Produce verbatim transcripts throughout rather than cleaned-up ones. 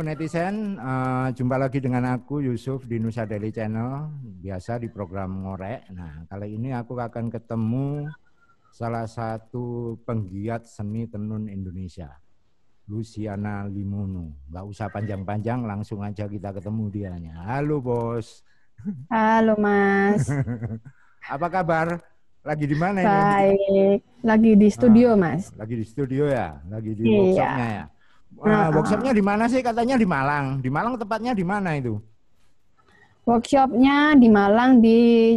netizen, uh, jumpa lagi dengan aku Yusuf di Nusa Daily Channel, biasa di program Ngorek. Nah, kali ini aku akan ketemu salah satu penggiat seni tenun Indonesia, Luciana Limono. Nggak usah panjang-panjang, langsung aja kita ketemu dianya. Halo bos. Halo Mas. Apa kabar? Lagi di mana ini? Baik, lagi di studio Ah, Mas. lagi di studio ya, lagi di Iya. workshopnya ya. Uh, workshopnya Nah, di mana sih? Katanya di Malang. Di Malang tepatnya di mana itu? workshopnya di Malang di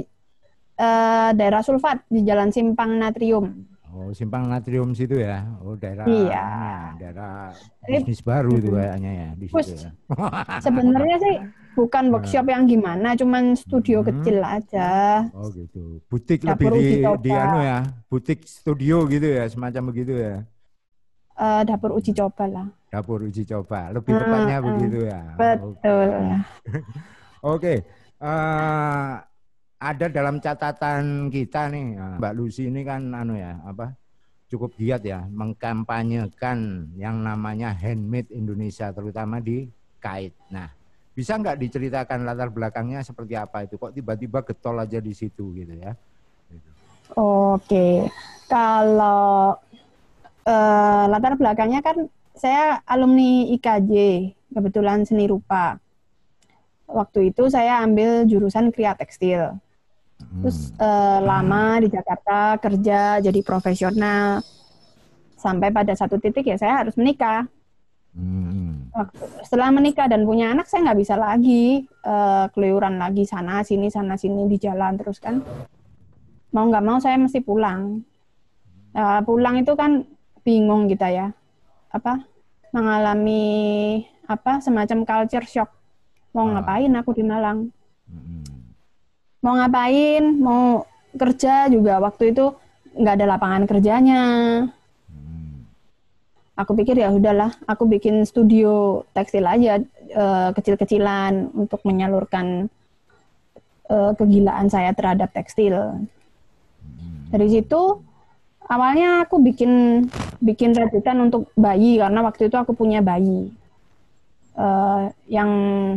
eh, daerah Sulfat di Jalan Simpang Natrium. Oh, Simpang Natrium situ ya. Oh, daerah Iya. ini ya, daerah Eh, bisnis baru itu mm, kayaknya ya di situ Wus, ya. sebenarnya sih bukan Nah, workshop yang gimana, cuman studio mm-mm. kecil aja. Oh gitu. Butik lebih Dapur di uji di anu coba. ya, butik studio gitu ya, semacam begitu ya. Eh, dapur uji coba lah. Dapur uji coba. Lebih Mm, tepatnya mm. begitu ya. Oke. Betul. Oke. Eh, ada dalam catatan kita nih, nah, Mbak Lucy ini kan anu ya, apa? Cukup giat ya mengkampanyekan yang namanya handmade Indonesia terutama di kait. Nah, bisa nggak diceritakan latar belakangnya seperti apa itu? Kok tiba-tiba getol aja di situ gitu ya? Gitu. Oke. Kalau eh, latar belakangnya kan saya alumni I K J, kebetulan seni rupa. Waktu itu saya ambil jurusan kria tekstil. Terus Hmm. eh, lama di Jakarta kerja jadi profesional. Sampai pada satu titik ya saya harus menikah. Hmm. Waktu, setelah menikah dan punya anak saya nggak bisa lagi eh, keluyuran lagi sana sini sana sini di jalan terus kan. Mau nggak mau saya mesti pulang. Eh, pulang itu kan bingung kita ya. Apa mengalami apa semacam culture shock. Mau Ah. ngapain aku di Malang? Hmm. Mau ngapain? Mau kerja juga waktu itu nggak ada lapangan kerjanya. Hmm. Aku pikir ya udahlah, aku bikin studio tekstil aja eh, kecil-kecilan untuk menyalurkan eh, kegilaan saya terhadap tekstil. Dari situ awalnya aku bikin bikin rajutan untuk bayi karena waktu itu aku punya bayi eh, yang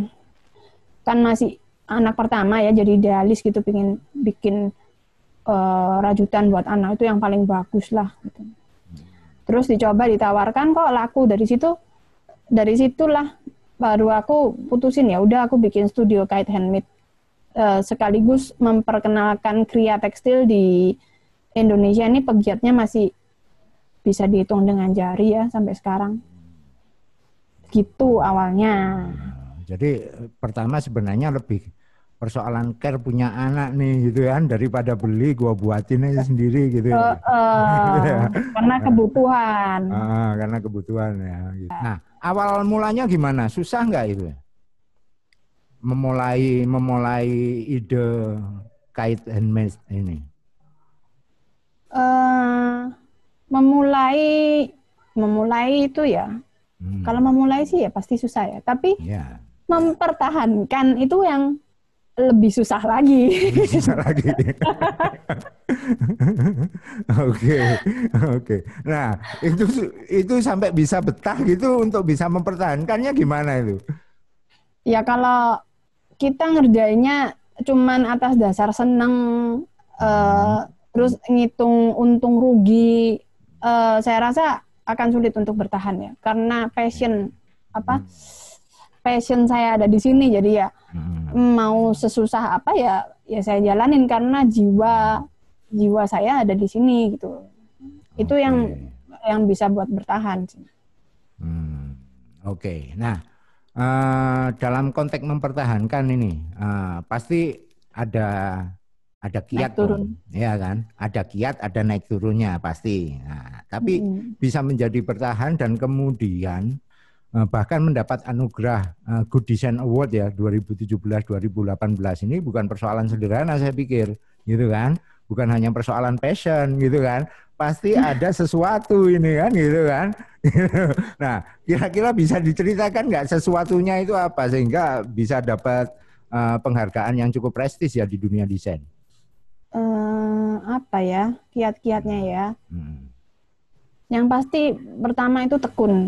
kan masih anak pertama ya, jadi idealis gitu, pingin bikin uh, rajutan buat anak itu yang paling bagus lah gitu. Terus dicoba ditawarkan kok laku, dari situ dari situlah baru aku putusin ya udah aku bikin studio kait handmade uh, sekaligus memperkenalkan kria tekstil di Indonesia. Ini pegiatnya masih bisa dihitung dengan jari ya sampai sekarang. Gitu awalnya. Jadi pertama sebenarnya lebih persoalan care punya anak nih gitu kan, daripada beli gua buatin aja sendiri gitu ya. Uh, uh, karena kebutuhan. Ah, karena kebutuhan ya. Gitu. Nah, awal mulanya gimana? Susah nggak itu? Memulai memulai ide kait handmade ini. Uh, memulai memulai itu ya. Hmm. Kalau memulai sih ya pasti susah ya. Tapi Ya. mempertahankan itu yang lebih susah lagi. Lebih susah lagi. Oke, oke. Nah, itu itu sampai bisa betah gitu untuk bisa mempertahankannya gimana itu? Ya kalau kita ngerjainnya cuman atas dasar seneng, Hmm. uh, terus ngitung untung rugi, uh, saya rasa akan sulit untuk bertahan ya. Karena passion apa? Passion saya ada di sini, jadi ya Hmm. mau sesusah apa ya ya saya jalanin karena jiwa jiwa saya ada di sini gitu. Itu Oke. yang yang bisa buat bertahan. Hmm. Oke. Nah, uh, dalam konteks mempertahankan ini, uh, pasti ada ada Naik kiat turun. dong, ya kan? Ada kiat, ada naik turunnya pasti. Nah, tapi Hmm. bisa menjadi bertahan dan kemudian bahkan mendapat anugerah uh, Good Design Award ya dua ribu tujuh belas dua ribu delapan belas ini bukan persoalan sederhana saya pikir, gitu kan? Bukan hanya persoalan passion gitu kan? Pasti ada sesuatu ini kan, gitu kan? Nah, kira-kira bisa diceritakan nggak sesuatunya itu apa sehingga bisa dapat uh, penghargaan yang cukup prestis ya di dunia desain? Uh, apa ya kiat-kiatnya ya? Hmm. Yang pasti pertama itu tekun.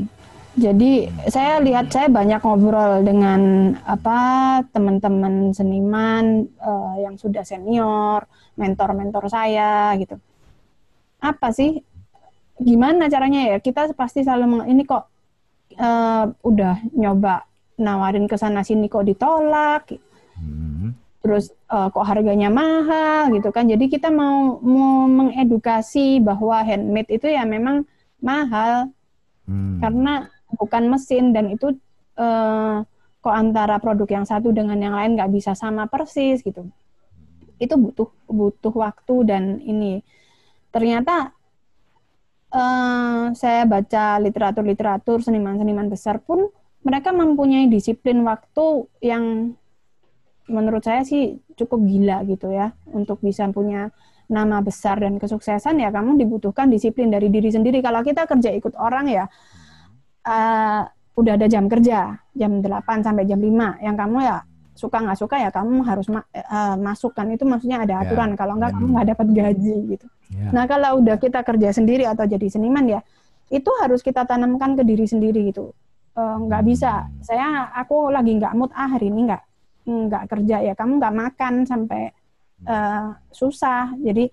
Jadi saya lihat saya banyak ngobrol dengan apa teman-teman seniman uh, yang sudah senior, mentor-mentor saya gitu. Apa sih? Gimana caranya ya? Kita pasti selalu meng- ini kok uh, udah nyoba nawarin ke sana sini kok ditolak. Hmm. Terus uh, kok harganya mahal gitu kan. Jadi kita mau mau mengedukasi bahwa handmade itu ya memang mahal. Hmm. Karena bukan mesin dan itu eh, kok antara produk yang satu dengan yang lain nggak bisa sama persis gitu. Itu butuh butuh waktu dan ini ternyata eh, saya baca literatur-literatur seniman-seniman besar pun mereka mempunyai disiplin waktu yang menurut saya sih cukup gila gitu ya untuk bisa punya nama besar dan kesuksesan ya kamu dibutuhkan disiplin dari diri sendiri. Kalau kita kerja ikut orang ya Uh, udah ada jam kerja, jam delapan sampai jam lima. Yang kamu ya suka nggak suka ya kamu harus ma- uh, masukkan. Itu maksudnya ada aturan. Yeah. Kalau nggak, hmm. kamu nggak dapat gaji gitu. Yeah. Nah, kalau udah kita kerja sendiri atau jadi seniman ya, itu harus kita tanamkan ke diri sendiri gitu. Uh, nggak bisa. Saya, aku lagi nggak mood, ah hari ini nggak nggak kerja ya. Kamu nggak makan sampai uh, susah. Jadi,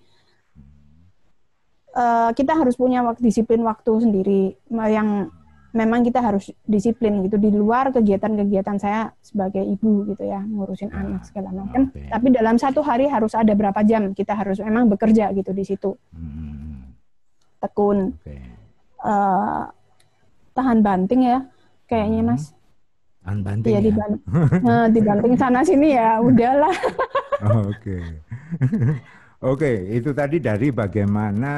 uh, kita harus punya waktu, disiplin waktu sendiri. Yang memang kita harus disiplin gitu di luar kegiatan-kegiatan saya sebagai ibu gitu ya ngurusin ya, anak segala macam. Okay. Tapi dalam satu hari harus ada berapa jam kita harus memang bekerja gitu di situ. Hmm. Tekun, okay. uh, tahan banting ya kayaknya hmm. Mas. Tahan banting ya, ya. Dibanting, uh, dibanting sana sini ya udahlah. Oke. Okay. Oke, itu tadi dari bagaimana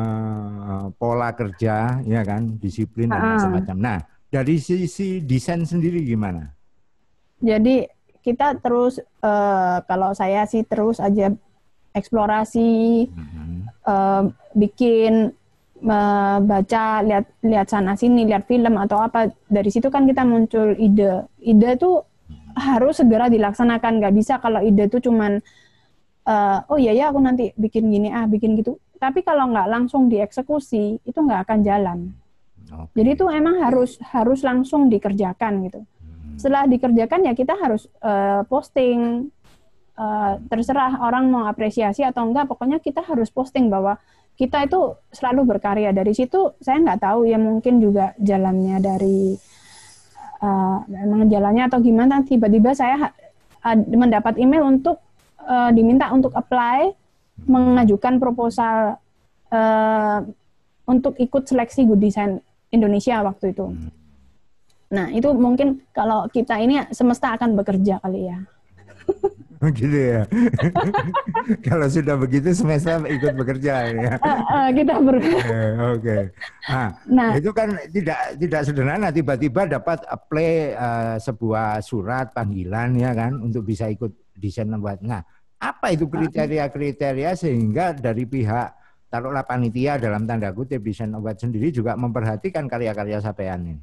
uh, pola kerja, ya kan, disiplin dan macam-macam. Nah, dari sisi desain sendiri gimana? Jadi kita terus, uh, kalau saya sih terus aja eksplorasi, mm-hmm. uh, bikin, uh, baca, lihat lihat sana sini, lihat film atau apa. Dari situ kan kita muncul ide. Ide tuh mm-hmm. harus segera dilaksanakan. Nggak bisa kalau ide tuh cuman Uh, oh iya ya aku nanti bikin gini ah bikin gitu, tapi kalau nggak langsung dieksekusi itu nggak akan jalan. Okay. Jadi itu emang harus harus langsung dikerjakan gitu. Hmm. Setelah dikerjakan ya kita harus uh, posting, uh, terserah orang mau apresiasi atau enggak, pokoknya kita harus posting bahwa kita itu selalu berkarya. Dari situ saya nggak tahu ya, mungkin juga jalannya dari uh, memang jalannya atau gimana, tiba-tiba saya uh, mendapat email untuk Uh, diminta untuk apply, mengajukan proposal uh, untuk ikut seleksi Good Design Indonesia waktu itu. Nah, itu mungkin kalau kita ini semesta akan bekerja kali ya. Gitu ya. Kalau sudah begitu semesta ikut bekerja ya. Uh, uh, kita bekerja. Oke. Okay. Nah, nah, itu kan tidak tidak sederhana tiba-tiba dapat apply uh, sebuah surat panggilan ya kan untuk bisa ikut desain award. Nah, apa itu kriteria-kriteria sehingga dari pihak taruhlah panitia dalam tanda kutip desain award sendiri juga memperhatikan karya-karya sampean ini?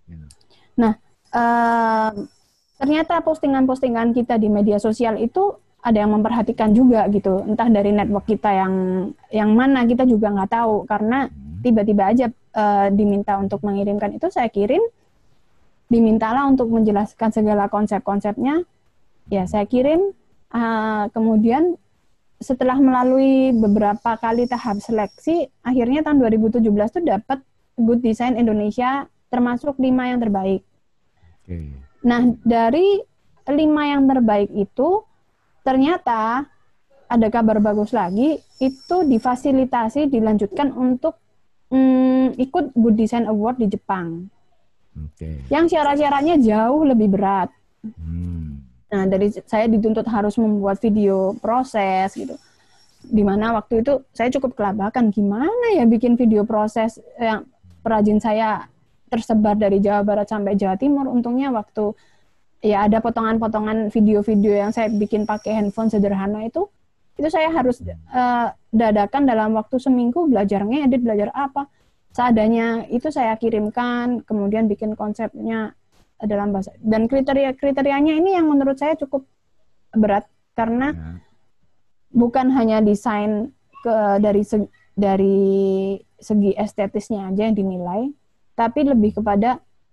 Nah, uh, ternyata postingan-postingan kita di media sosial itu ada yang memperhatikan juga gitu, entah dari network kita yang yang mana kita juga nggak tahu, karena tiba-tiba aja uh, diminta untuk mengirimkan itu, saya kirim, dimintalah untuk menjelaskan segala konsep-konsepnya, ya saya kirim. Uh, kemudian setelah melalui beberapa kali tahap seleksi, akhirnya tahun dua ribu tujuh belas itu dapat Good Design Indonesia termasuk lima yang terbaik. Okay. Nah, dari lima yang terbaik itu ternyata ada kabar bagus lagi, itu difasilitasi dilanjutkan untuk mm, ikut Good Design Award di Jepang. Okay. Yang syarat-syaratnya jauh lebih berat. Hmm. Nah, dari saya dituntut harus membuat video proses gitu. Dimana waktu itu saya cukup kelabakan, gimana ya bikin video proses yang perajin saya tersebar dari Jawa Barat sampai Jawa Timur. Untungnya waktu ya ada potongan-potongan video-video yang saya bikin pakai handphone sederhana itu, itu saya harus uh, dadakan dalam waktu seminggu, belajar ngedit, belajar apa. Seadanya itu saya kirimkan, kemudian bikin konsepnya dalam bahasa, dan kriteria-kriterianya ini yang menurut saya cukup berat karena ya. Bukan hanya desain ke dari segi, dari segi estetisnya aja yang dinilai, tapi lebih kepada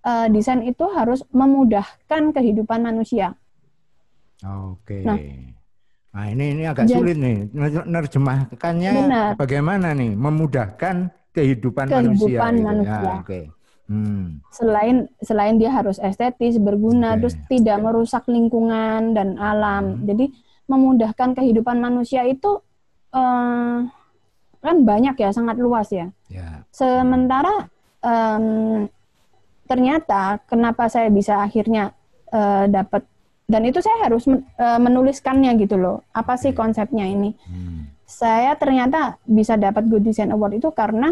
uh, desain itu harus memudahkan kehidupan manusia. Oke. Nah, nah ini ini agak jadi, sulit nih nerjemahkannya. Benar. Bagaimana nih memudahkan kehidupan, kehidupan manusia, manusia. Gitu. Ya, oke. Hmm. Selain selain dia harus estetis, berguna, okay. terus tidak merusak lingkungan dan alam. Hmm. Jadi memudahkan kehidupan manusia itu uh, kan banyak ya, sangat luas ya. Yeah. Sementara um, ternyata kenapa saya bisa akhirnya uh, dapat, dan itu saya harus men, uh, menuliskannya gitu loh. Apa sih konsepnya ini? Hmm. Saya ternyata bisa dapat Good Design Award itu karena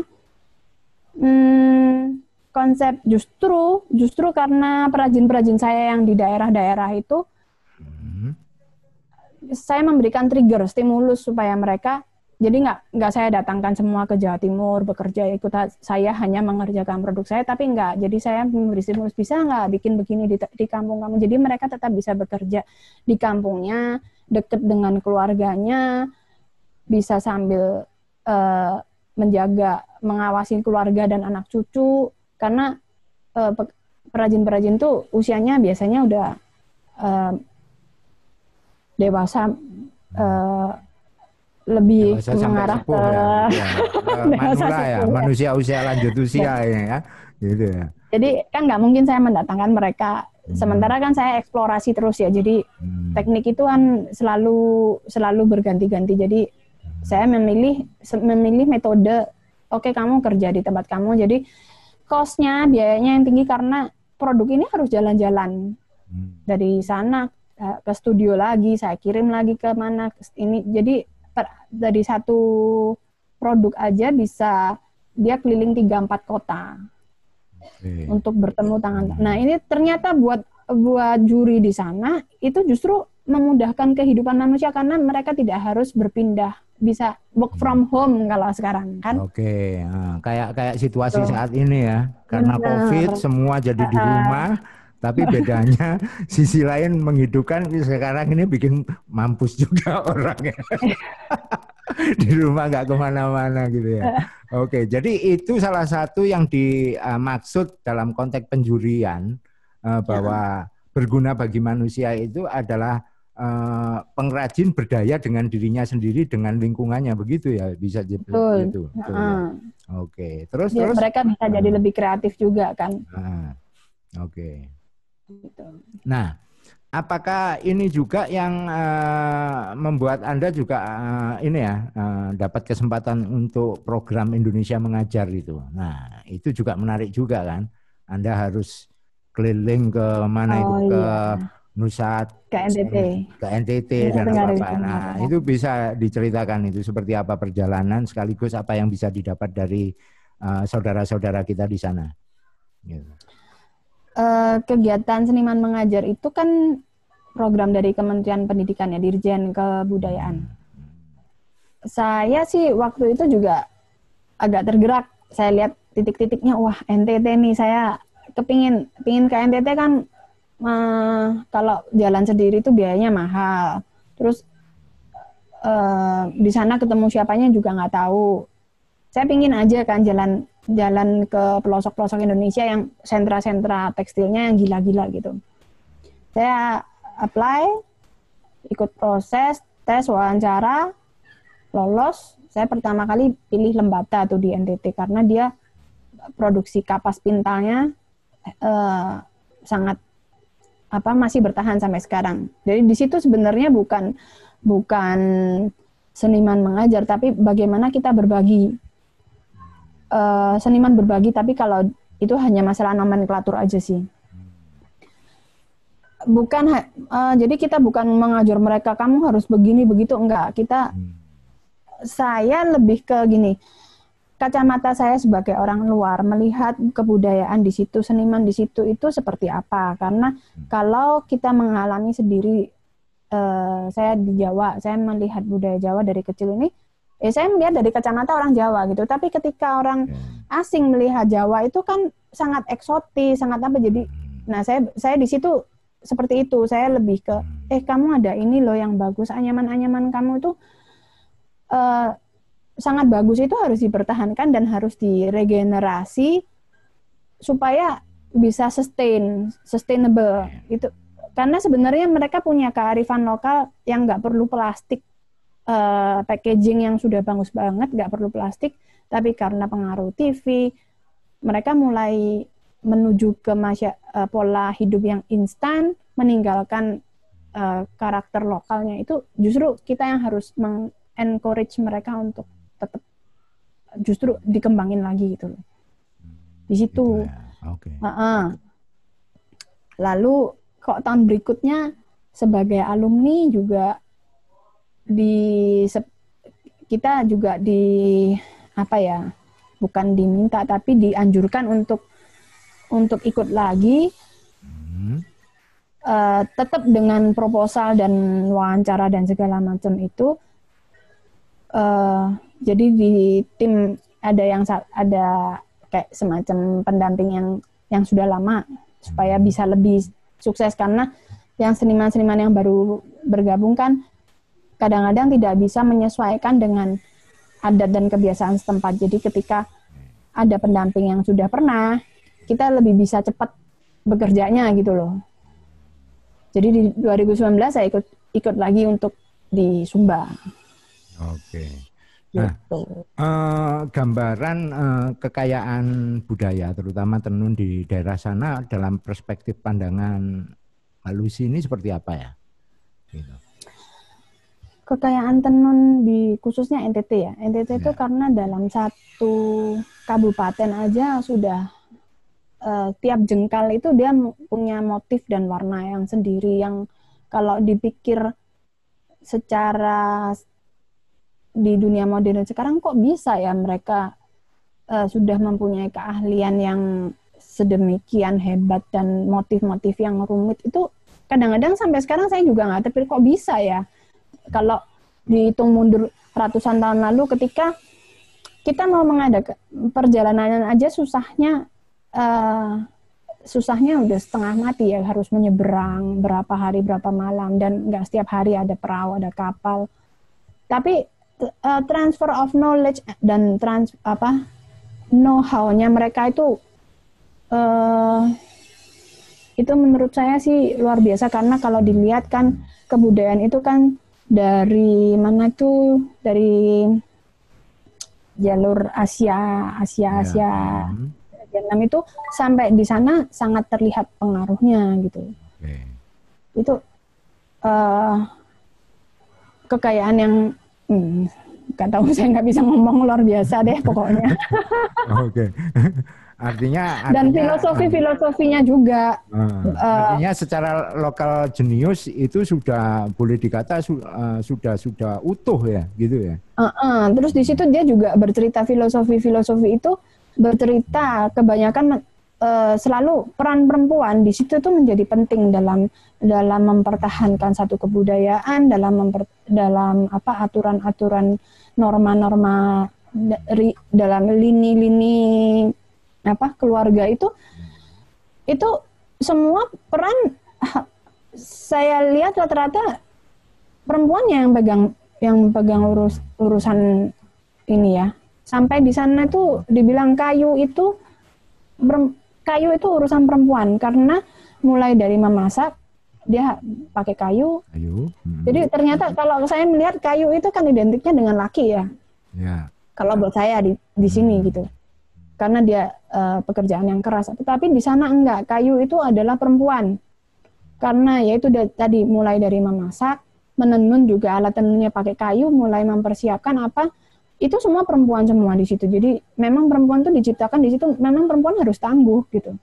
hmm, konsep justru justru karena perajin-perajin saya yang di daerah-daerah itu, hmm. saya memberikan trigger, stimulus supaya mereka, jadi nggak nggak saya datangkan semua ke Jawa Timur bekerja ikut saya hanya mengerjakan produk saya, tapi nggak. Jadi saya memberi stimulus, bisa nggak bikin begini di, di kampung kamu. Jadi mereka tetap bisa bekerja di kampungnya, deket dengan keluarganya, bisa sambil uh, menjaga, mengawasi keluarga dan anak cucu. Karena uh, perajin-perajin tuh usianya biasanya udah uh, dewasa, uh, lebih dewasa mengarah ke ya. Ya. Manula ya, manusia usia lanjut usia ya, ya. Gitu ya. Jadi kan nggak mungkin saya mendatangkan mereka. Hmm. Sementara kan saya eksplorasi terus ya. Jadi hmm. teknik itu kan selalu selalu berganti-ganti. Jadi hmm. saya memilih memilih metode. Oke, kamu kerja di tempat kamu. Jadi cost-nya, biayanya yang tinggi karena produk ini harus jalan-jalan hmm. dari sana ke studio lagi, saya kirim lagi ke mana ini. Jadi per, dari satu produk aja bisa dia keliling tiga empat kota okay. untuk bertemu tangan. Hmm. Nah ini ternyata buat buat juri di sana itu justru memudahkan kehidupan manusia karena mereka tidak harus berpindah, bisa work from home kalau sekarang kan. Oke, nah, kayak kayak situasi so. saat ini ya, karena Benar. COVID semua jadi di rumah, tapi bedanya sisi lain menghidupkan. Sekarang ini bikin mampus juga orangnya di rumah nggak kemana-mana gitu ya. Oke, jadi itu salah satu yang dimaksud uh, dalam konteks penjurian uh, bahwa ya. berguna bagi manusia itu adalah Uh, pengrajin berdaya dengan dirinya sendiri, dengan lingkungannya, begitu ya, bisa betul. Gitu. Betul, uh. ya. Oke, terus ya, terus mereka bisa uh. jadi lebih kreatif juga kan. Uh. Oke. Gitu. Nah, apakah ini juga yang uh, membuat Anda juga uh, ini ya uh, dapat kesempatan untuk program Indonesia Mengajar itu? Nah, itu juga menarik juga kan? Anda harus keliling ke mana oh, itu ke iya. Nusa ke N T T, ke N T T dan apa-apa. Nah, itu bisa diceritakan itu seperti apa perjalanan sekaligus apa yang bisa didapat dari uh, saudara-saudara kita di sana. Gitu. Uh, kegiatan seniman mengajar itu kan program dari Kementerian Pendidikan ya, Dirjen Kebudayaan. Hmm. Saya sih waktu itu juga agak tergerak. Saya lihat titik-titiknya, wah N T T nih, saya kepingin pingin ke N T T kan. Uh, kalau jalan sendiri itu biayanya mahal. Terus uh, di sana ketemu siapanya juga nggak tahu. Saya pingin aja kan jalan jalan ke pelosok-pelosok Indonesia yang sentra-sentra tekstilnya yang gila-gila gitu. Saya apply, ikut proses, tes, wawancara, lolos. Saya pertama kali pilih Lembata tuh di N T T karena dia produksi kapas pintalnya uh, sangat apa masih bertahan sampai sekarang. Jadi di situ sebenarnya bukan bukan seniman mengajar, tapi bagaimana kita berbagi. Uh, seniman berbagi, tapi kalau itu hanya masalah nomenklatur aja sih. Bukan, uh, jadi kita bukan mengajar mereka, kamu harus begini, begitu, enggak. Kita, saya lebih ke gini, kacamata saya sebagai orang luar melihat kebudayaan di situ, seniman di situ itu seperti apa. Karena kalau kita mengalami sendiri, eh, saya di Jawa, saya melihat budaya Jawa dari kecil ini, eh, saya melihat dari kacamata orang Jawa gitu. Tapi ketika orang asing melihat Jawa itu kan sangat eksotis, sangat apa. Jadi, nah saya saya di situ seperti itu. Saya lebih ke, eh kamu ada ini loh yang bagus, anyaman-anyaman kamu itu eh, sangat bagus, itu harus dipertahankan dan harus diregenerasi supaya bisa sustain, sustainable itu. Karena sebenarnya mereka punya kearifan lokal yang nggak perlu plastik, uh, packaging yang sudah bagus banget, nggak perlu plastik. Tapi karena pengaruh T V, mereka mulai menuju ke masya, uh, pola hidup yang instan, meninggalkan uh, karakter lokalnya. Itu justru kita yang harus meng-encourage mereka untuk tetap justru dikembangin lagi gitu loh. Di situ. Gitu ya. Okay. Uh-uh. Lalu kok tahun berikutnya sebagai alumni juga di kita juga di apa ya, bukan diminta tapi dianjurkan untuk untuk ikut lagi, hmm. uh, tetap dengan proposal dan wawancara dan segala macam itu. Uh, jadi di tim ada yang ada kayak semacam pendamping yang yang sudah lama supaya bisa lebih sukses, karena yang seniman-seniman yang baru bergabung kan kadang-kadang tidak bisa menyesuaikan dengan adat dan kebiasaan setempat. Jadi ketika ada pendamping yang sudah pernah, kita lebih bisa cepat bekerjanya gitu loh. Jadi di dua ribu sembilan belas saya ikut ikut lagi untuk di Sumba. Oke. Nah, gitu. uh, gambaran uh, kekayaan budaya, terutama tenun di daerah sana dalam perspektif pandangan Mbak Lucy ini seperti apa ya? Gitu. Kekayaan tenun di khususnya N T T ya. N T T ya. Itu karena dalam satu kabupaten aja sudah uh, tiap jengkal itu dia punya motif dan warna yang sendiri, yang kalau dipikir secara di dunia modern sekarang kok bisa ya mereka uh, sudah mempunyai keahlian yang sedemikian hebat dan motif-motif yang rumit itu kadang-kadang sampai sekarang saya juga nggak terpikir kok bisa ya. Kalau dihitung mundur ratusan tahun lalu ketika kita mau mengadakan perjalanan aja susahnya uh, susahnya udah setengah mati ya, harus menyeberang berapa hari berapa malam dan nggak setiap hari ada perahu ada kapal. Tapi Uh, transfer of knowledge dan trans apa know-how-nya mereka itu uh, itu menurut saya sih luar biasa, karena kalau dilihat kan kebudayaan itu kan dari mana tuh, dari jalur Asia Asia Asia ya. Vietnam itu sampai di sana sangat terlihat pengaruhnya gitu. Okay. Itu uh, kekayaan yang Hmm, gak tahu, saya nggak bisa ngomong, luar biasa deh pokoknya. Oke. Artinya, dan artinya filosofi-filosofinya juga. Uh, artinya secara lokal jenius itu sudah boleh dikata uh, sudah sudah utuh ya, gitu ya. Uh, uh, terus di situ dia juga bercerita filosofi-filosofi itu bercerita kebanyakan uh, selalu peran perempuan di situ tuh menjadi penting dalam dalam mempertahankan satu kebudayaan, dalam memper, dalam apa aturan-aturan norma-norma dari dalam lini-lini apa keluarga itu itu semua peran saya lihat rata-rata perempuan yang pegang yang pegang urus urusan ini ya. Sampai di sana itu dibilang kayu itu kayu itu urusan perempuan, karena mulai dari memasak dia pakai kayu. Kayu. Hmm. Jadi ternyata kalau saya melihat kayu itu kan identiknya dengan laki ya. Ya. Kalau buat saya di di sini hmm. gitu. Karena dia uh, pekerjaan yang keras. Tapi di sana enggak, kayu itu adalah perempuan. Karena yaitu tadi mulai dari memasak, menenun juga alat tenunnya pakai kayu, mulai mempersiapkan apa, itu semua perempuan semua di situ. Jadi memang perempuan itu diciptakan di situ, memang perempuan harus tangguh gitu.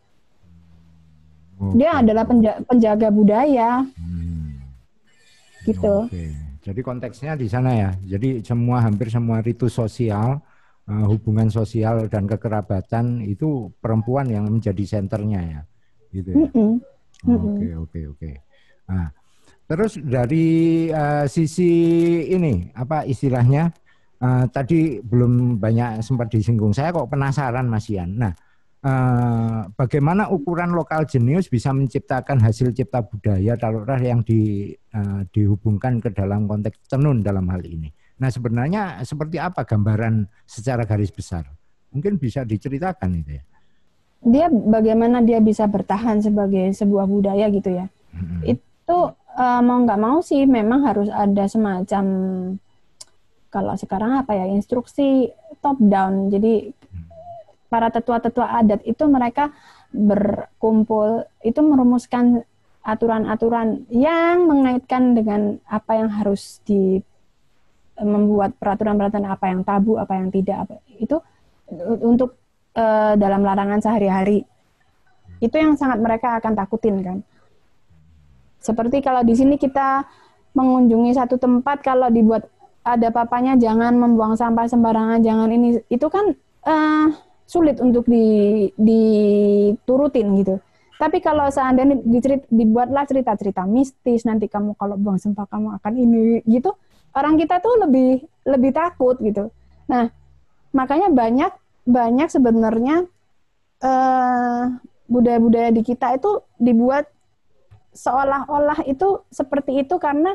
Okay. Dia adalah penjaga, penjaga budaya, hmm. gitu. Okay. Jadi konteksnya di sana ya. Jadi semua hampir semua ritus sosial, uh, hubungan sosial dan kekerabatan itu perempuan yang menjadi senternya ya, gitu ya. Oke oke oke. Nah, terus dari uh, sisi ini apa istilahnya? Uh, tadi belum banyak sempat disinggung. Saya kok penasaran Mas Ian. Nah. Uh, bagaimana ukuran lokal jenius bisa menciptakan hasil cipta budaya taruhlah yang di, uh, dihubungkan ke dalam konteks tenun dalam hal ini. Nah sebenarnya seperti apa gambaran secara garis besar? Mungkin bisa diceritakan itu ya. dia bagaimana dia bisa bertahan sebagai sebuah budaya gitu ya. Hmm. Itu uh, mau nggak mau sih memang harus ada semacam, kalau sekarang apa ya, instruksi top down. Jadi para tetua-tetua adat itu mereka berkumpul itu merumuskan aturan-aturan yang mengaitkan dengan apa yang harus di membuat peraturan-peraturan, apa yang tabu, apa yang tidak, apa itu untuk uh, dalam larangan sehari-hari. Itu yang sangat mereka akan takutin kan. Seperti kalau di sini kita mengunjungi satu tempat, kalau dibuat ada papanya jangan membuang sampah sembarangan, jangan ini, itu kan uh, sulit untuk di, diturutin gitu. Tapi kalau seandainya dicerit, dibuatlah cerita-cerita mistis, nanti kamu kalau buang sampah kamu akan ini gitu, orang kita tuh lebih lebih takut gitu. Nah, makanya banyak banyak sebenarnya uh, budaya-budaya di kita itu dibuat seolah-olah itu seperti itu, karena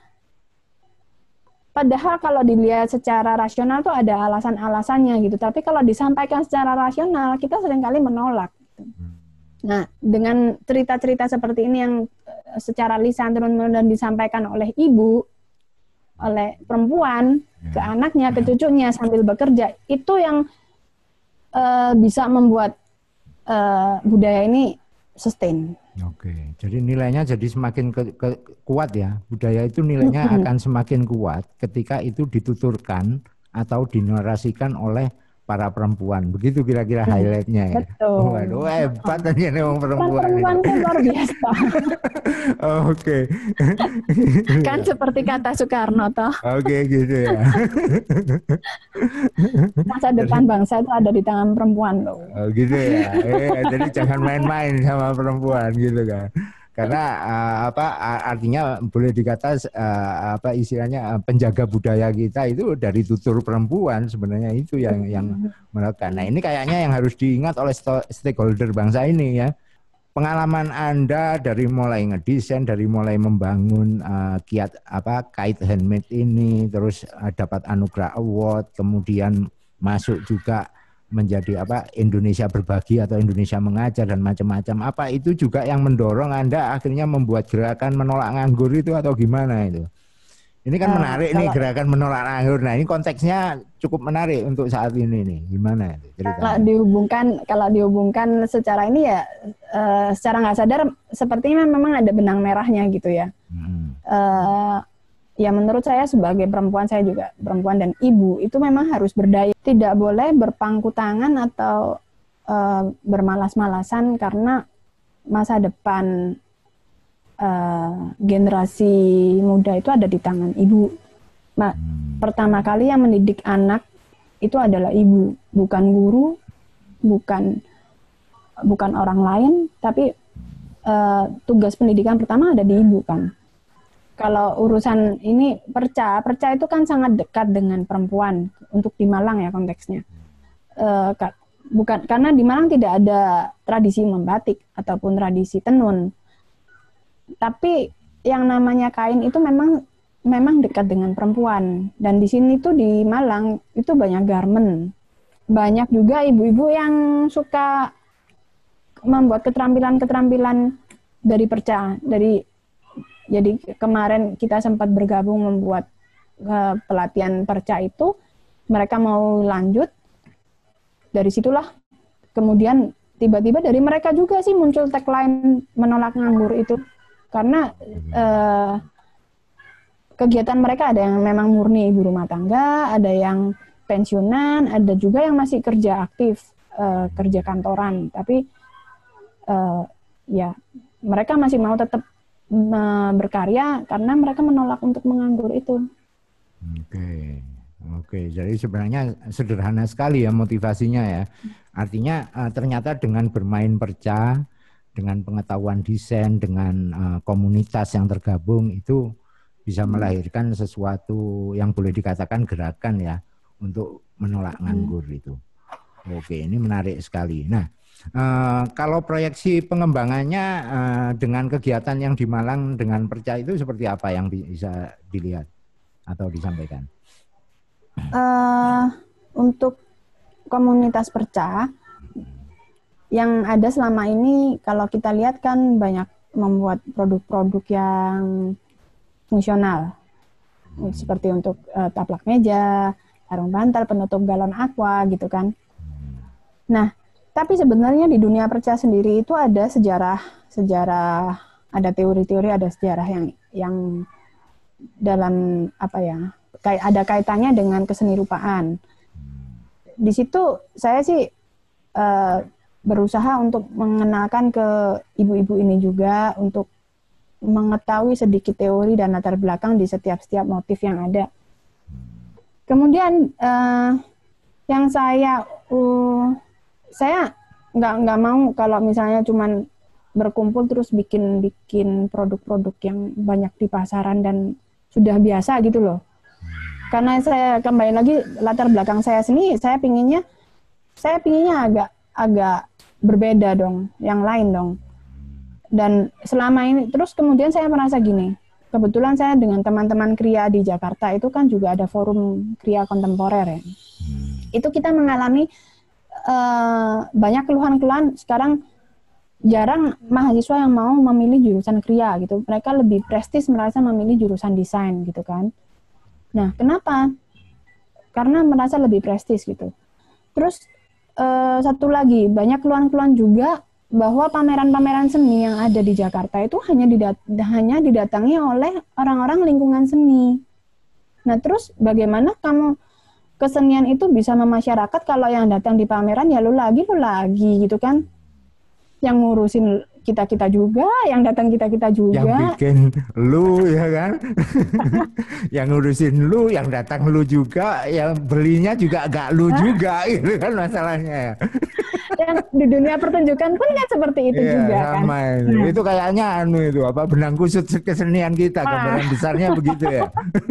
padahal kalau dilihat secara rasional tuh ada alasan-alasannya gitu. Tapi kalau disampaikan secara rasional, kita seringkali menolak. Gitu. Nah, dengan cerita-cerita seperti ini yang secara lisan turun-menurun disampaikan oleh ibu, oleh perempuan, ke anaknya, ke cucunya sambil bekerja, itu yang uh, bisa membuat uh, budaya ini sustain. Oke, jadi nilainya jadi semakin ke, ke, kuat ya. Budaya itu nilainya mm-hmm. akan semakin kuat ketika itu dituturkan atau dinarasikan oleh para perempuan. Begitu kira-kira highlightnya ya. Betul. Waduh, hebat aja nih orang perempuan. Perempuan kan luar biasa. Oh, oke. Kan seperti kata Soekarno toh. Oke, gitu ya. Masa depan bangsa itu ada di tangan perempuan loh. Oh, gitu ya. Eh, jadi jangan main-main sama perempuan gitu kan. Karena uh, apa artinya boleh dikata uh, apa istilahnya uh, penjaga budaya kita itu dari tutur perempuan, sebenarnya itu yang yang melakukan. Nah, ini kayaknya yang harus diingat oleh stakeholder bangsa ini ya. Pengalaman Anda dari mulai ngedesain, dari mulai membangun uh, kiat apa kait handmade ini, terus uh, dapat anugerah award, kemudian masuk juga menjadi apa Indonesia berbagi atau Indonesia mengajar dan macam-macam, apa itu juga yang mendorong Anda akhirnya membuat gerakan menolak nganggur itu atau gimana itu? Ini kan nah, menarik kalau, nih gerakan menolak nganggur. Nah, ini konteksnya cukup menarik untuk saat ini nih. Gimana itu ceritanya? Kalau dihubungkan kalau dihubungkan secara ini ya uh, secara nggak sadar sepertinya memang ada benang merahnya gitu ya. Hmm. Uh, Ya menurut saya sebagai perempuan, saya juga perempuan dan ibu, itu memang harus berdaya. Tidak boleh berpangku tangan atau uh, bermalas-malasan karena masa depan uh, generasi muda itu ada di tangan ibu. Nah, pertama kali yang mendidik anak itu adalah ibu, bukan guru, bukan bukan orang lain, tapi uh, tugas pendidikan pertama ada di ibu kan. Kalau urusan ini perca, perca itu kan sangat dekat dengan perempuan untuk di Malang ya konteksnya. E, bukan karena di Malang tidak ada tradisi membatik ataupun tradisi tenun. Tapi yang namanya kain itu memang memang dekat dengan perempuan. Dan di sini tuh di Malang itu banyak garmen. Banyak juga ibu-ibu yang suka membuat keterampilan-keterampilan dari perca, dari Jadi kemarin kita sempat bergabung membuat uh, pelatihan perca itu, mereka mau lanjut, dari situlah kemudian tiba-tiba dari mereka juga sih muncul tagline menolak nganggur itu, karena uh, kegiatan mereka ada yang memang murni ibu rumah tangga, ada yang pensiunan, ada juga yang masih kerja aktif, uh, kerja kantoran, tapi uh, ya mereka masih mau tetap berkarya karena mereka menolak untuk menganggur itu. Oke, oke. Jadi sebenarnya sederhana sekali ya motivasinya ya. Artinya uh, ternyata dengan bermain perca, dengan pengetahuan desain, dengan uh, komunitas yang tergabung itu bisa melahirkan sesuatu yang boleh dikatakan gerakan ya untuk menolak nganggur hmm. itu. Oke, ini menarik sekali. Nah. Uh, kalau proyeksi pengembangannya uh, dengan kegiatan yang di Malang dengan perca itu seperti apa yang bisa dilihat atau disampaikan? Uh, untuk komunitas perca yang ada selama ini kalau kita lihat kan banyak membuat produk-produk yang fungsional, seperti untuk uh, taplak meja, sarung bantal, penutup galon aqua gitu kan. Nah, tapi sebenarnya di dunia perca sendiri itu ada sejarah, sejarah, ada teori-teori, ada sejarah yang yang dalam apa ya, kayak ada kaitannya dengan kesenirupaan. Di situ saya sih uh, berusaha untuk mengenalkan ke ibu-ibu ini juga untuk mengetahui sedikit teori dan latar belakang di setiap-setiap motif yang ada. Kemudian uh, yang saya uh, saya nggak nggak mau kalau misalnya cuman berkumpul terus bikin bikin produk-produk yang banyak di pasaran dan sudah biasa gitu loh. Karena saya kembali lagi latar belakang saya sini, saya pinginnya saya pinginnya agak agak berbeda dong, yang lain dong. Dan selama ini, terus kemudian saya merasa gini, kebetulan saya dengan teman-teman kriya di Jakarta itu kan juga ada forum kriya kontemporer ya. Itu kita mengalami uh, banyak keluhan-keluhan, sekarang jarang mahasiswa yang mau memilih jurusan kriya gitu. Mereka lebih prestis merasa memilih jurusan desain gitu kan. Nah, kenapa? Karena merasa lebih prestis gitu. Terus Uh, satu lagi, banyak keluhan-keluhan juga bahwa pameran-pameran seni yang ada di Jakarta itu hanya didat hanya didatangi oleh orang-orang lingkungan seni. Nah, terus bagaimana kamu kesenian itu bisa memasyarakat kalau yang datang di pameran ya lu lagi, lu lagi gitu kan? Yang ngurusin kita-kita juga, yang datang kita-kita juga. Yang bikin lu ya kan? Yang ngurusin lu, yang datang lu juga, yang belinya juga agak lu juga gitu kan masalahnya. Yang di dunia pertunjukan pun kan seperti itu yeah, juga sama kan. Itu. Nah. Itu kayaknya anu itu apa benang kusut kesenian kita, ah. Gambaran besarnya begitu ya.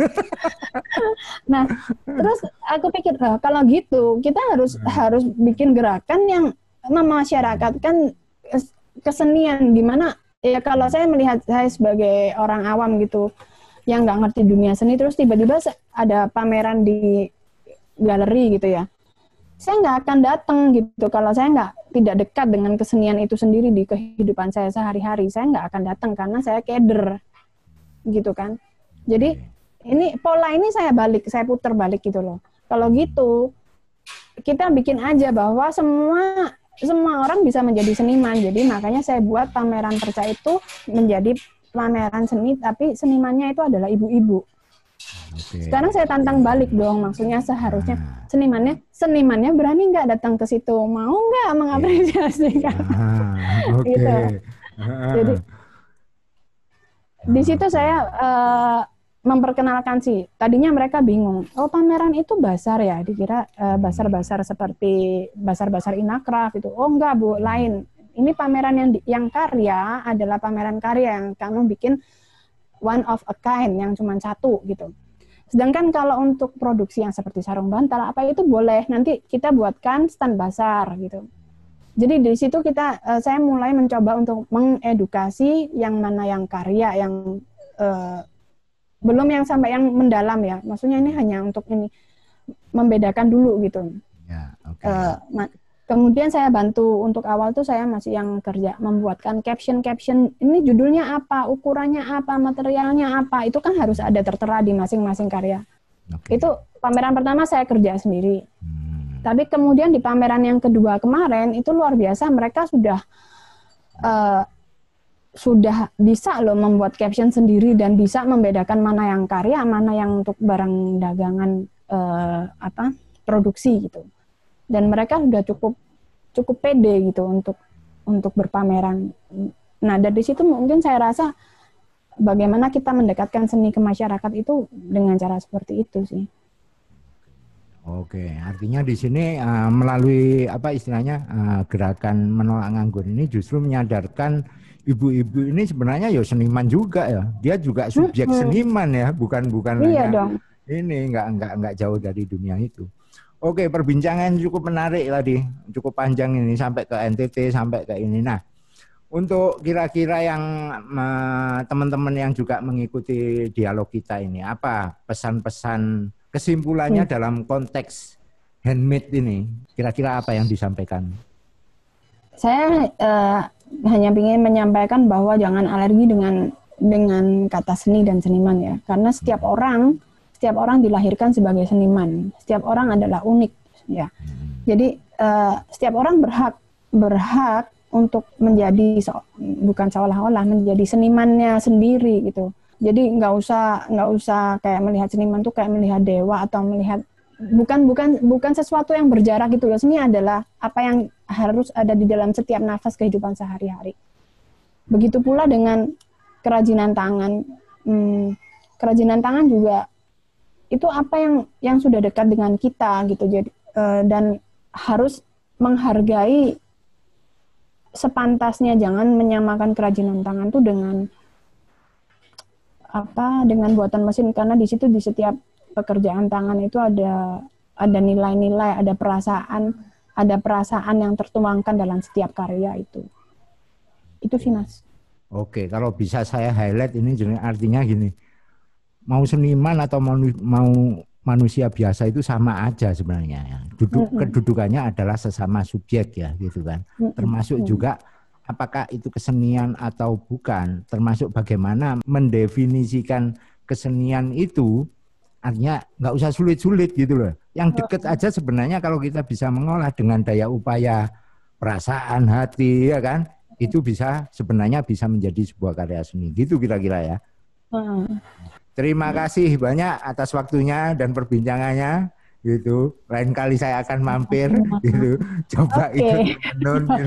Nah, terus aku pikir oh, kalau gitu kita harus hmm. harus bikin gerakan yang memasyarakatkan kesenian, di mana ya kalau saya melihat saya sebagai orang awam gitu yang nggak ngerti dunia seni, terus tiba-tiba ada pameran di galeri gitu ya, saya nggak akan datang gitu kalau saya nggak tidak dekat dengan kesenian itu sendiri di kehidupan saya sehari-hari. Saya nggak akan datang karena saya keder gitu kan. Jadi ini pola ini saya balik, saya putar balik gitu loh. Kalau gitu kita bikin aja bahwa semua semua orang bisa menjadi seniman. Jadi makanya saya buat pameran perca itu menjadi pameran seni, tapi senimannya itu adalah ibu-ibu. Oke. Sekarang saya tantang balik dong, maksudnya seharusnya nah. senimannya senimannya berani nggak datang ke situ, mau nggak mengapresiasi kan? Ah, okay. Gitu. Jadi di situ saya uh, memperkenalkan sih. Tadinya mereka bingung. Oh, pameran itu basar ya? Dikira uh, basar-basar seperti basar-basar Inakraf itu. Oh, enggak, Bu, lain. Ini pameran yang yang karya adalah pameran karya yang kamu bikin one of a kind, yang cuma satu gitu. Sedangkan kalau untuk produksi yang seperti sarung bantal apa itu boleh. Nanti kita buatkan stand basar gitu. Jadi di situ kita uh, saya mulai mencoba untuk mengedukasi yang mana yang karya, yang uh, belum yang sampai yang mendalam ya. Maksudnya ini hanya untuk ini membedakan dulu gitu. Ya, okay. uh, kemudian saya bantu untuk awal tuh saya masih yang kerja membuatkan caption-caption. Ini judulnya apa, ukurannya apa, materialnya apa. Itu kan harus ada tertera di masing-masing karya. Okay. Itu pameran pertama saya kerja sendiri. Hmm. Tapi kemudian di pameran yang kedua kemarin itu luar biasa, mereka sudah uh, sudah bisa loh membuat caption sendiri dan bisa membedakan mana yang karya, mana yang untuk barang dagangan eh, apa produksi gitu. Dan mereka sudah cukup cukup pede gitu untuk untuk berpameran. Nah, dari situ mungkin saya rasa bagaimana kita mendekatkan seni ke masyarakat itu dengan cara seperti itu sih. Oke, artinya di sini uh, melalui apa istilahnya uh, gerakan menolak nganggur ini justru menyadarkan ibu-ibu ini sebenarnya ya seniman juga ya. Dia juga subjek hmm. seniman ya, bukan bukan iya hanya dong. Ini nggak nggak nggak jauh dari dunia itu. Oke, perbincangan cukup menarik tadi, cukup panjang ini sampai ke N T T sampai ke ini. Nah, untuk kira-kira yang teman-teman yang juga mengikuti dialog kita ini, apa pesan-pesan kesimpulannya hmm. dalam konteks handmade ini? Kira-kira apa yang disampaikan? saya uh, hanya ingin menyampaikan bahwa jangan alergi dengan dengan kata seni dan seniman ya, karena setiap orang setiap orang dilahirkan sebagai seniman, setiap orang adalah unik ya. Jadi uh, setiap orang berhak berhak untuk menjadi so, bukan seolah-olah menjadi senimannya sendiri gitu. Jadi nggak usah nggak usah kayak melihat seniman tuh kayak melihat dewa atau melihat bukan bukan bukan sesuatu yang berjarak gitu loh. Seni adalah apa yang harus ada di dalam setiap nafas kehidupan sehari-hari. Begitu pula dengan kerajinan tangan. Hmm, kerajinan tangan juga itu apa yang yang sudah dekat dengan kita gitu. Jadi uh, dan harus menghargai sepantasnya, jangan menyamakan kerajinan tangan tuh dengan apa dengan buatan mesin, karena di situ di setiap pekerjaan tangan itu ada ada nilai-nilai, ada perasaan, ada perasaan yang tertuangkan dalam setiap karya itu. Itu sih Mas. Oke, kalau bisa saya highlight ini jadi artinya gini. Mau seniman atau mau, mau manusia biasa itu sama aja sebenarnya ya. Duduk mm-hmm. kedudukannya adalah sesama subjek ya gitu kan. Mm-hmm. Termasuk juga apakah itu kesenian atau bukan, termasuk bagaimana mendefinisikan kesenian itu, artinya nggak usah sulit-sulit gitu loh. Yang deket aja sebenarnya kalau kita bisa mengolah dengan daya upaya perasaan hati ya kan, itu bisa sebenarnya bisa menjadi sebuah karya seni gitu kira-kira ya. Mm. Terima kasih banyak atas waktunya dan perbincangannya gitu. Lain kali saya akan mampir gitu. Coba okay. ikut menun gitu.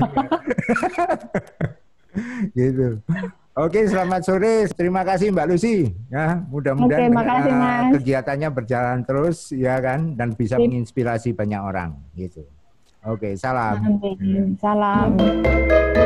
Gitu. Oke, selamat sore. Terima kasih Mbak Lucy. Ya, mudah-mudahan okay, makasih, Mas. kegiatannya berjalan terus ya kan dan bisa menginspirasi banyak orang gitu. Oke, salam. Salam.